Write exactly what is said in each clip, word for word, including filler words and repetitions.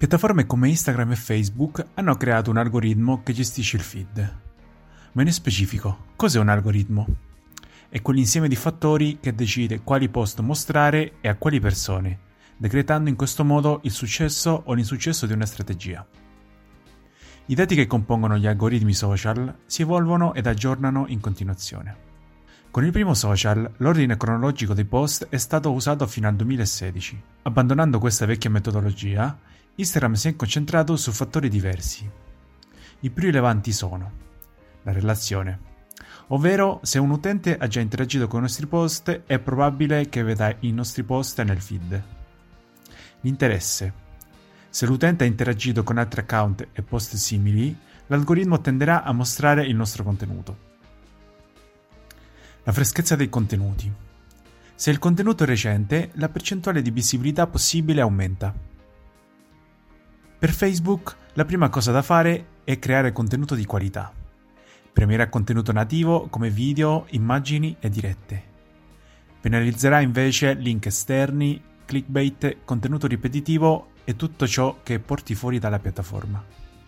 Piattaforme come Instagram e Facebook hanno creato un algoritmo che gestisce il feed. Ma in specifico, cos'è un algoritmo? È quell'insieme di fattori che decide quali post mostrare e a quali persone, decretando in questo modo il successo o l'insuccesso di una strategia. I dati che compongono gli algoritmi social si evolvono ed aggiornano in continuazione. Con il primo social, l'ordine cronologico dei post è stato usato fino al duemilasedici. Abbandonando questa vecchia metodologia, Instagram si è concentrato su fattori diversi. I più rilevanti sono la relazione, ovvero se un utente ha già interagito con i nostri post è probabile che veda i nostri post nel feed. L'interesse. Se l'utente ha interagito con altri account e post simili, l'algoritmo tenderà a mostrare il nostro contenuto. La freschezza dei contenuti. Se il contenuto è recente, la percentuale di visibilità possibile aumenta. Per Facebook, la prima cosa da fare è creare contenuto di qualità. Premierà contenuto nativo come video, immagini e dirette. Penalizzerà invece link esterni, clickbait, contenuto ripetitivo e tutto ciò che porti fuori dalla piattaforma.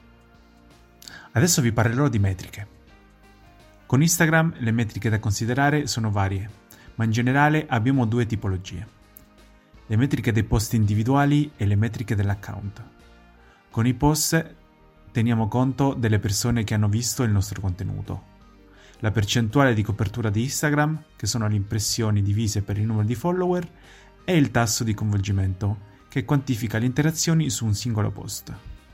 Adesso vi parlerò di metriche. Con Instagram le metriche da considerare sono varie, ma in generale abbiamo due tipologie: le metriche dei post individuali e le metriche dell'account. Con i post teniamo conto delle persone che hanno visto il nostro contenuto, la percentuale di copertura di Instagram, che sono le impressioni divise per il numero di follower, e il tasso di coinvolgimento, che quantifica le interazioni su un singolo post.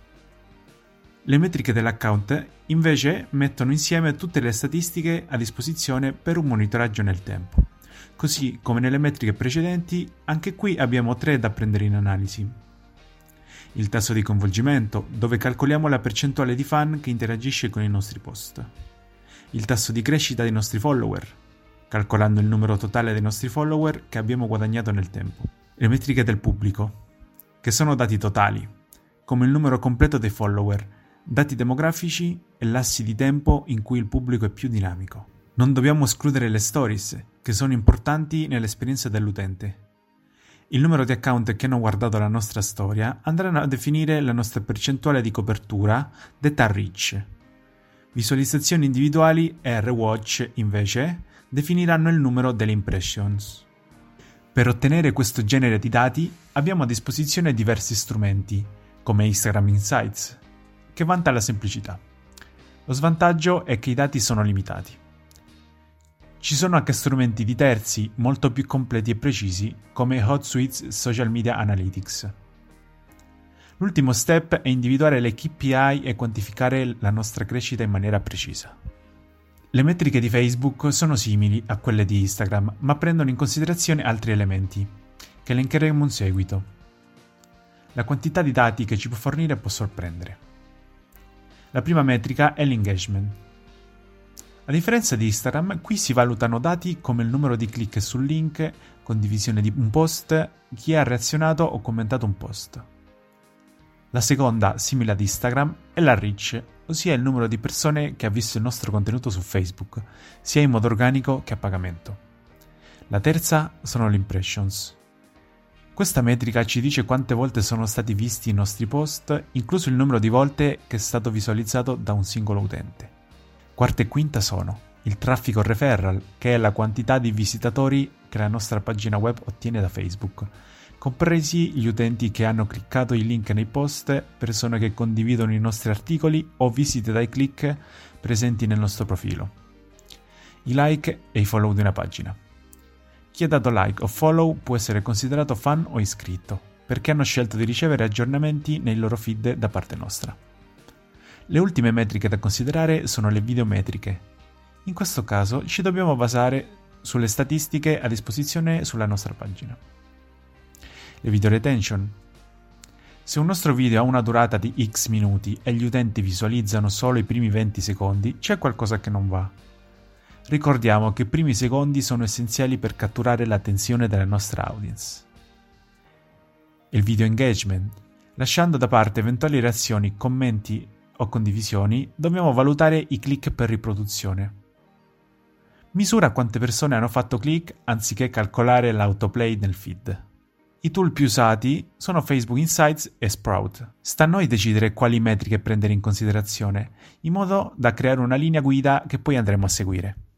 Le metriche dell'account invece mettono insieme tutte le statistiche a disposizione per un monitoraggio nel tempo. Così come nelle metriche precedenti, anche qui abbiamo tre da prendere in analisi. Il tasso di coinvolgimento, dove calcoliamo la percentuale di fan che interagisce con i nostri post. Il tasso di crescita dei nostri follower, calcolando il numero totale dei nostri follower che abbiamo guadagnato nel tempo. Le metriche del pubblico, che sono dati totali, come il numero completo dei follower, dati demografici e lassi di tempo in cui il pubblico è più dinamico. Non dobbiamo escludere le stories, che sono importanti nell'esperienza dell'utente. Il numero di account che hanno guardato la nostra storia andranno a definire la nostra percentuale di copertura, detta reach. Visualizzazioni individuali e rewatch, invece, definiranno il numero delle impressions. Per ottenere questo genere di dati abbiamo a disposizione diversi strumenti, come Instagram Insights, che vanta la semplicità. Lo svantaggio è che i dati sono limitati. Ci sono anche strumenti di terzi molto più completi e precisi come HotSuite Social Media Analytics. L'ultimo step è individuare le K P I e quantificare la nostra crescita in maniera precisa. Le metriche di Facebook sono simili a quelle di Instagram, ma prendono in considerazione altri elementi, che elencheremo in seguito. La quantità di dati che ci può fornire può sorprendere. La prima metrica è l'engagement. A differenza di Instagram, qui si valutano dati come il numero di click sul link, condivisione di un post, chi ha reazionato o commentato un post. La seconda, simile ad Instagram, è la reach, ossia il numero di persone che ha visto il nostro contenuto su Facebook, sia in modo organico che a pagamento. La terza sono le impressions. Questa metrica ci dice quante volte sono stati visti i nostri post, incluso il numero di volte che è stato visualizzato da un singolo utente. Quarta e quinta sono il traffico referral, che è la quantità di visitatori che la nostra pagina web ottiene da Facebook, compresi gli utenti che hanno cliccato i link nei post, persone che condividono i nostri articoli o visite dai click presenti nel nostro profilo, i like e i follow di una pagina. Chi ha dato like o follow può essere considerato fan o iscritto, perché hanno scelto di ricevere aggiornamenti nei loro feed da parte nostra. Le ultime metriche da considerare sono le videometriche. In questo caso ci dobbiamo basare sulle statistiche a disposizione sulla nostra pagina. Le video retention. Se un nostro video ha una durata di X minuti e gli utenti visualizzano solo i primi venti secondi, c'è qualcosa che non va. Ricordiamo che i primi secondi sono essenziali per catturare l'attenzione della nostra audience. Il video engagement. Lasciando da parte eventuali reazioni, commenti o condivisioni, dobbiamo valutare i click per riproduzione. Misura quante persone hanno fatto click anziché calcolare l'autoplay nel feed. I tool più usati sono Facebook Insights e Sprout. Sta a noi decidere quali metriche prendere in considerazione, in modo da creare una linea guida che poi andremo a seguire.